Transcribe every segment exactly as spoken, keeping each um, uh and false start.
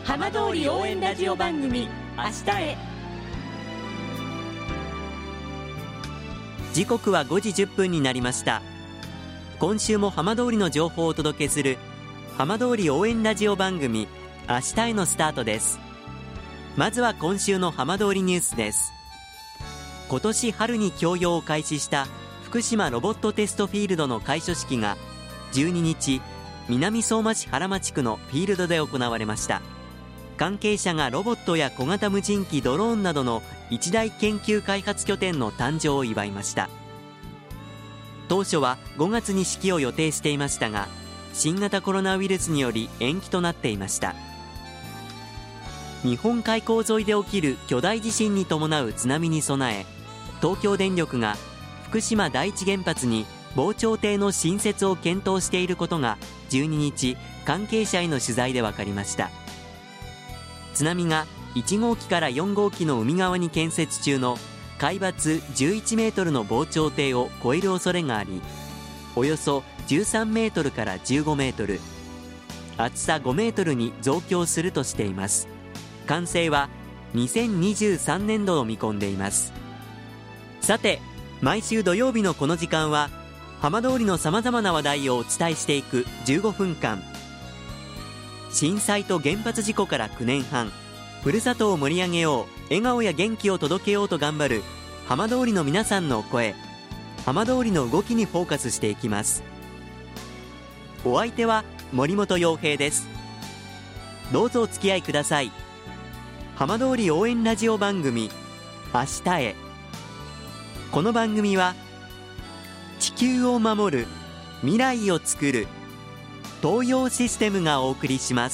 浜通り応援ラジオ番組明日へ。 時刻はごじじゅっぷんになりました。今週も浜通りの情報をお届けする浜通り応援ラジオ番組明日へのスタートです。まずは今週の浜通りニュースです。今年春に供用を開始した福島ロボットテストフィールドの開所式がじゅうににち南相馬市原町区のフィールドで行われました。関係者がロボットや小型無人機ドローンなどの一大研究開発拠点の誕生を祝いました。当初はごがつに式を予定していましたが、新型コロナウイルスにより延期となっていました。日本海溝沿いで起きる巨大地震に伴う津波に備え、東京電力が福島第一原発に防潮堤の新設を検討していることがじゅうににち関係者への取材で分かりました。津波がいちごうきからよんごうきの海側に建設中の海抜じゅういちメートルの防潮堤を超える恐れがあり、およそじゅうさんメートルからじゅうごメートル、厚さごメートルに増強するとしています。完成はにせんにじゅうさんねんどを見込んでいます。さて、毎週土曜日のこの時間は浜通りのさまざまな話題をお伝えしていくじゅうごふんかん。震災と原発事故からきゅうねんはん、ふるさとを盛り上げよう、笑顔や元気を届けようと頑張る浜通りの皆さんの声、浜通りの動きにフォーカスしていきます。お相手は森本洋平です。どうぞお付き合いください。浜通り応援ラジオ番組明日へ。この番組は地球を守る、未来をつくる東洋システムがお送りします。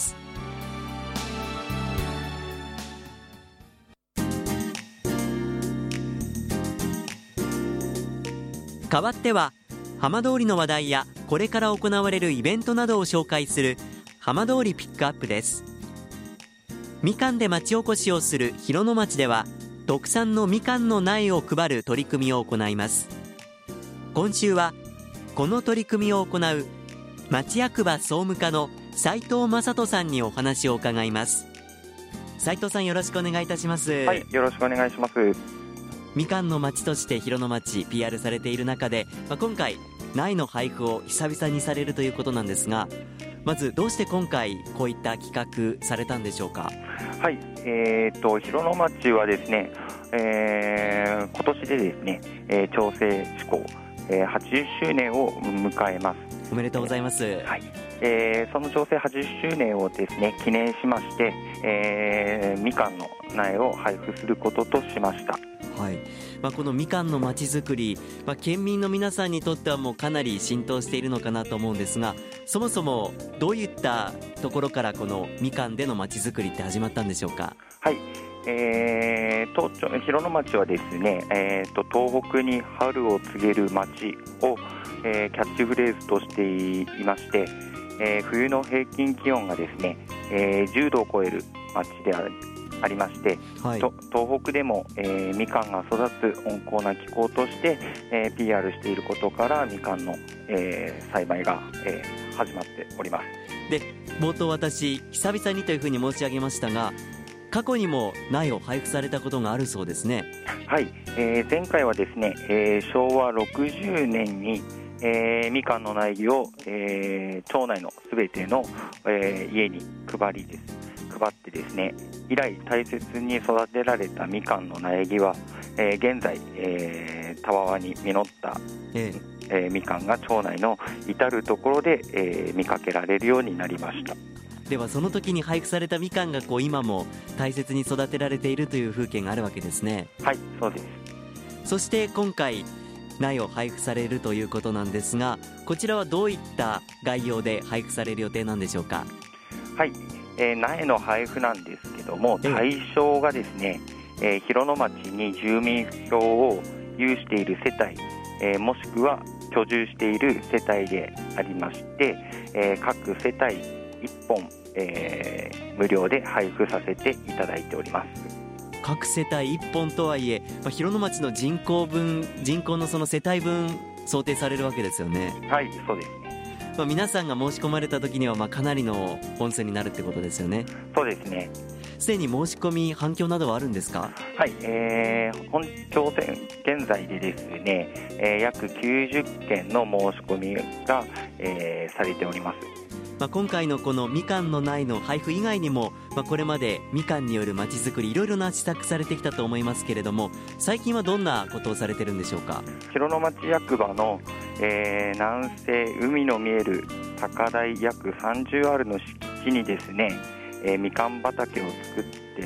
代わっては浜通りの話題やこれから行われるイベントなどを紹介する浜通りピックアップです。みかんで町おこしをする広野町では特産のみかんの苗を配る取り組みを行います。今週はこの取り組みを行う町役場総務課の斉藤正人さんにお話を伺います。斉藤さん、よろしくお願いいたします。 はい、よろしくお願いします。 みかんの町として広野町 ピーアール されている中で、まあ、今回苗の配布を久々にされるということなんですが、まずどうして今回こういった企画されたんでしょうか。 はい、えー、と広野町はですね、えー、今年でですね、えー、町制施行、えー、はちじゅっしゅうねんを迎えます。 おめでとうございます。 えーはいえー、その町制はちじゅっしゅうねんをですね記念しまして、えー、みかんの苗を配布することとしました。 はいまあ、このみかんのまちづくり、まあ、県民の皆さんにとってはもうかなり浸透しているのかなと思うんですが、そもそもどういったところからこのみかんでのまちづくりって始まったんでしょうか。 はい、えー、と広野町はですね、えー、と東北に春を告げる町を、えー、キャッチフレーズとしていまして、えー、冬の平均気温がですね、えー、じゅうどを超える町であるありまして、はい、と東北でも、えー、みかんが育つ温厚な気候として、えー、ピーアール していることからみかんの、えー、栽培が、えー、始まっております。 で、冒頭私久々にというふうに申し上げましたが、過去にも苗を配布されたことがあるそうですね。 はい、えー、前回はですね、えー、しょうわろくじゅうねんに、えー、みかんの苗木を、えー、町内のすべての、えー、家に配りです配ってですね、以来大切に育てられたみかんの苗木は、えー、現在、えー、たわわに実った、えええー、みかんが町内の至るところで、えー、見かけられるようになりました。 ではその時に配布されたみかんがこう今も大切に育てられているという風景があるわけですね。 はい、そうです。 そして今回苗を配布されるということなんですが、こちらはどういった概要で配布される予定なんでしょうか。 はい、えー、苗の配布なんですけども、対象がですね、えー、広野町に住民票を有している世帯、えー、もしくは居住している世帯でありまして、えー、各世帯いっぽん、えー、無料で配布させていただいております。 各世帯いっぽんとはいえ、まあ、広野町の人口分人口のその世帯分想定されるわけですよね。 はい、そうですね。 まあ、皆さんが申し込まれた時にはまあかなりの本数になるってことですよね。 そうですね。 すでに申し込み反響などはあるんですか？ はい、えー、本挑戦現在でですね、えー、約きゅうじゅっけんの申し込みが、えー、されております。 まあ、今回のこのみかんの苗の配布以外にも、まあ、これまでみかんによるまちづくりいろいろな施策されてきたと思いますけれども、最近はどんなことをされてるんでしょうか？ 広野町役場の、えー、南西海の見える高台約さんじゅうアールの敷地にですね、えー、みかん畑を作って、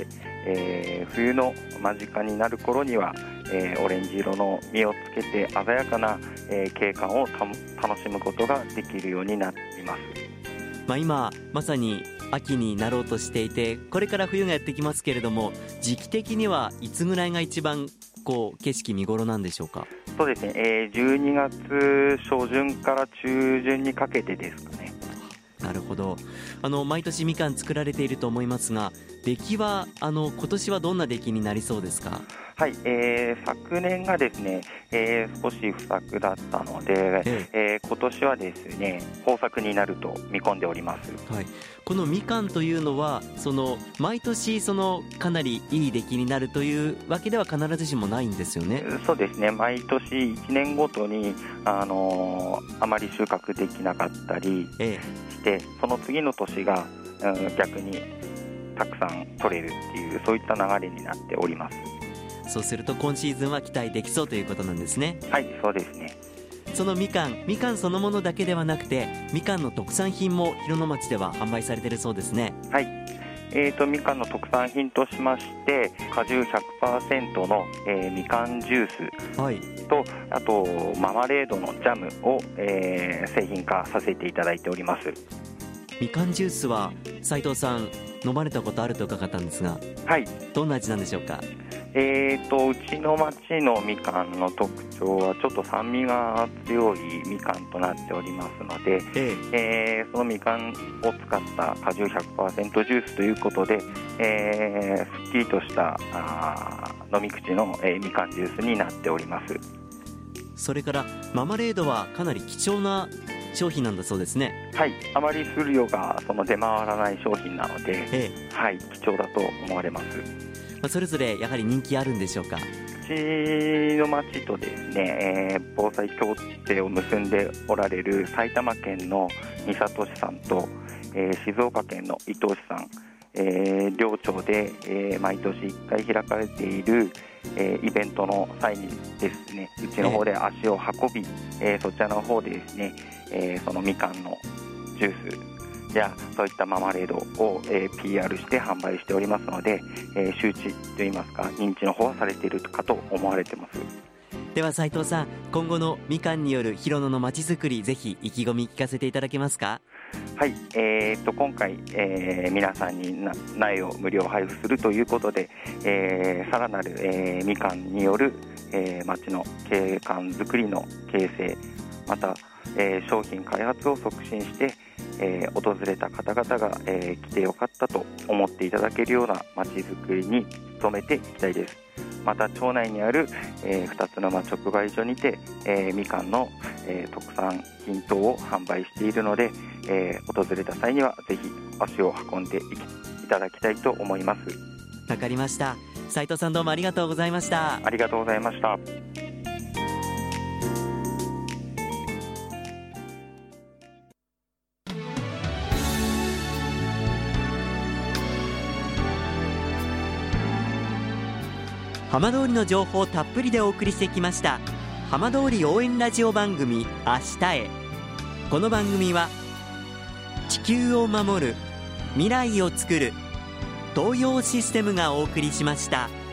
えー、冬の間近になる頃には、えー、オレンジ色の実をつけて鮮やかな、えー、景観をた楽しむことができるようになっています。 まあ、今まさに秋になろうとしていて、これから冬がやってきますけれども、時期的にはいつぐらいが一番こう景色見頃なんでしょうか？ そうですね、えー、じゅうにがつ初旬から中旬にかけてですかね。 なるほど。あの毎年みかん作られていると思いますが、出来はあの今年はどんな出来になりそうですか？ はい、えー、昨年がですね、えー、少し不作だったので、えええー、今年はですね豊作になると見込んでおります。 はい、このみかんというのはその毎年そのかなりいい出来になるというわけでは必ずしもないんですよね。 そうですね、毎年いちねんごとに、あのー、あまり収穫できなかったりして、ええ、その次の年が、うん、逆にたくさん取れるっていうそういった流れになっております。 そうすると今シーズンは期待できそうということなんですね。 はい、そうですね。 そのみかん、みかんそのものだけではなくて、みかんの特産品も広野町では販売されているそうですね。 はい、えーと、みかんの特産品としまして、果汁 ひゃくパーセント の、えー、みかんジュースと、はい、あとママレードのジャムを、えー、製品化させていただいております。 みかんジュースは斉藤さん飲まれたことあると伺ったんですが、 はい、どんな味なんでしょうか？ えーと、うちの町のみかんの特徴はちょっと酸味が強いみかんとなっておりますので、えええー、そのみかんを使った果汁 ひゃくパーセント ジュースということで、えー、すっきりとしたあ飲み口の、えー、みかんジュースになっております。 それからママレードはかなり貴重な商品なんだそうですね。 はい、あまり数量がその出回らない商品なので、ええ、はい、貴重だと思われます。 それぞれやはり人気あるんでしょうか？ うちの町とですね、えー、防災協定を結んでおられる埼玉県の三郷市さんと、えー、静岡県の伊東市さん、えー、両町で、えー、毎年いっかい開かれている、えー、イベントの際にですね、うちの方で足を運び、えー、そちらの方でですね、えー、そのみかんのジュースやそういったママレードを、えー、ピーアール して販売しておりますので、えー、周知といいますか認知の方はされているかと思われています。 では斉藤さん、今後のみかんによる広野のまちづくり、ぜひ意気込み聞かせていただけますか？ はい、えー、と今回、えー、皆さんに苗を無料配布するということで、えー、さらなる、えー、みかんによる、えー、町の景観づくりの形成、また、えー、商品開発を促進して、えー、訪れた方々が、えー、来てよかったと思っていただけるようなまちづくりに努めていきたいです。また町内にある、えー、ふたつの直売所にて、えー、みかんの、えー、特産品等を販売しているので、えー、訪れた際にはぜひ足を運んでいただきたいと思います。 わかりました。斉藤さん、どうもありがとうございました。 ありがとうございました。 浜通りの情報をたっぷりでお送りしてきました浜通り応援ラジオ番組明日へ。この番組は地球を守る、未来をつくる東洋システムがお送りしました。